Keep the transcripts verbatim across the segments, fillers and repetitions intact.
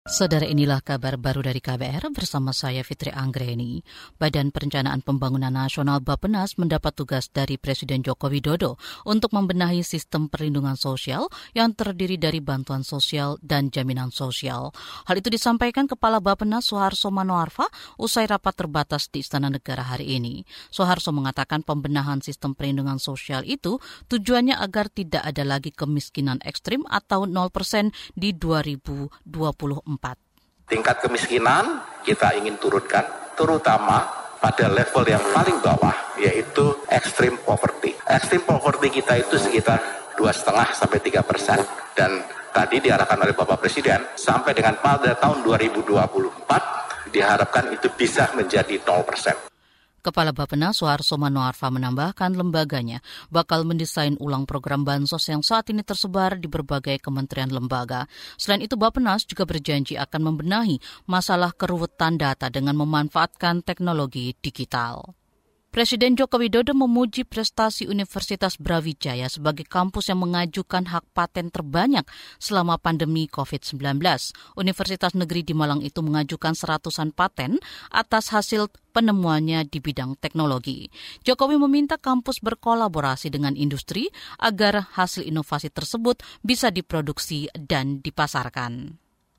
Saudara, inilah kabar baru dari K B R bersama saya Fitri Anggreni. Badan Perencanaan Pembangunan Nasional Bappenas mendapat tugas dari Presiden Joko Widodo untuk membenahi sistem perlindungan sosial yang terdiri dari bantuan sosial dan jaminan sosial. Hal itu disampaikan Kepala Bappenas Soeharso Manoarfa usai rapat terbatas di Istana Negara hari ini. Soeharso mengatakan pembenahan sistem perlindungan sosial itu tujuannya agar tidak ada lagi kemiskinan ekstrim atau nol persen di dua ribu dua puluh empat. Tingkat kemiskinan kita ingin turunkan, terutama pada level yang paling bawah, yaitu extreme poverty. Extreme poverty kita itu sekitar dua koma lima sampai tiga persen. Dan tadi diarahkan oleh Bapak Presiden, sampai dengan pada tahun dua ribu dua puluh empat, diharapkan itu bisa menjadi nol persen. Kepala Bappenas Soeharso Manoarfa menambahkan lembaganya bakal mendesain ulang program bansos yang saat ini tersebar di berbagai kementerian lembaga. Selain itu, Bappenas juga berjanji akan membenahi masalah keruwetan data dengan memanfaatkan teknologi digital. Presiden Joko Widodo memuji prestasi Universitas Brawijaya sebagai kampus yang mengajukan hak paten terbanyak selama pandemi covid sembilan belas. Universitas Negeri di Malang itu mengajukan seratusan paten atas hasil penemuannya di bidang teknologi. Jokowi meminta kampus berkolaborasi dengan industri agar hasil inovasi tersebut bisa diproduksi dan dipasarkan.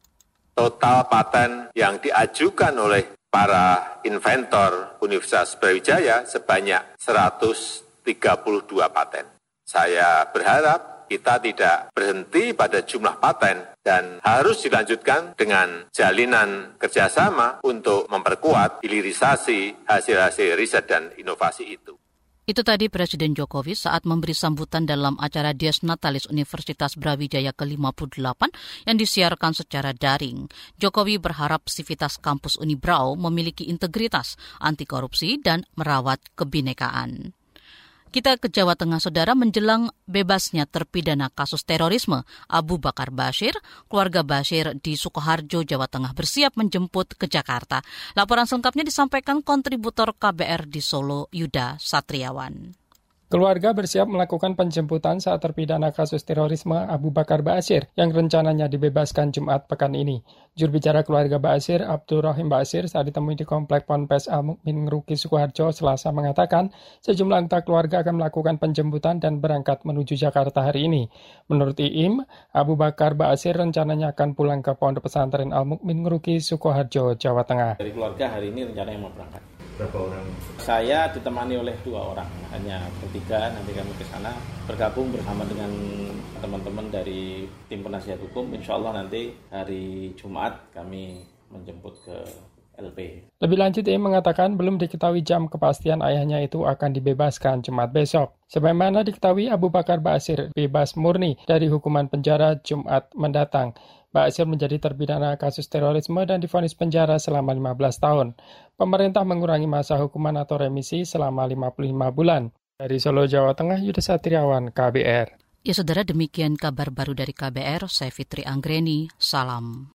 Total paten yang diajukan oleh para inventor Universitas Brawijaya sebanyak seratus tiga puluh dua paten. Saya berharap kita tidak berhenti pada jumlah paten dan harus dilanjutkan dengan jalinan kerjasama untuk memperkuat hilirisasi hasil-hasil riset dan inovasi itu. Itu tadi Presiden Jokowi saat memberi sambutan dalam acara Dies Natalis Universitas Brawijaya ke lima puluh delapan yang disiarkan secara daring. Jokowi berharap sivitas kampus Unibrau memiliki integritas, anti korupsi, dan merawat kebinekaan. Kita ke Jawa Tengah, Saudara. Menjelang bebasnya terpidana kasus terorisme Abu Bakar Bashir, keluarga Bashir di Sukoharjo, Jawa Tengah bersiap menjemput ke Jakarta. Laporan selengkapnya disampaikan kontributor K B R di Solo, Yuda Satriawan. Keluarga bersiap melakukan penjemputan saat terpidana kasus terorisme Abu Bakar Bashir yang rencananya dibebaskan Jumat pekan ini. Jurubicara keluarga Bashir, Abdurrahim Bashir, saat ditemui di Komplek Ponpes Al-Mukmin Ngeruki Sukoharjo Selasa mengatakan sejumlah anggota keluarga akan melakukan penjemputan dan berangkat menuju Jakarta hari ini. Menurut I I M, Abu Bakar Bashir rencananya akan pulang ke Pondok Pesantren Al-Mukmin Ngeruki Sukoharjo, Jawa Tengah. Dari keluarga hari ini rencananya mau berangkat. Berapa orang? Saya ditemani oleh dua orang, hanya bertiga. Nanti kami ke sana bergabung bersama dengan teman-teman dari tim penasihat hukum. Insya Allah nanti hari Jumat kami menjemput ke L P. Lebih lanjut, I I M mengatakan belum diketahui jam kepastian ayahnya itu akan dibebaskan Jumat besok. Sebagaimana diketahui, Abu Bakar Bashir bebas murni dari hukuman penjara Jumat mendatang. Bashir menjadi terpidana kasus terorisme dan divonis penjara selama lima belas tahun. Pemerintah mengurangi masa hukuman atau remisi selama lima puluh lima bulan. Dari Solo, Jawa Tengah, Yuda Satriawan, K B R. Ya, Saudara, demikian kabar baru dari K B R. Saya Fitri Anggreni. Salam.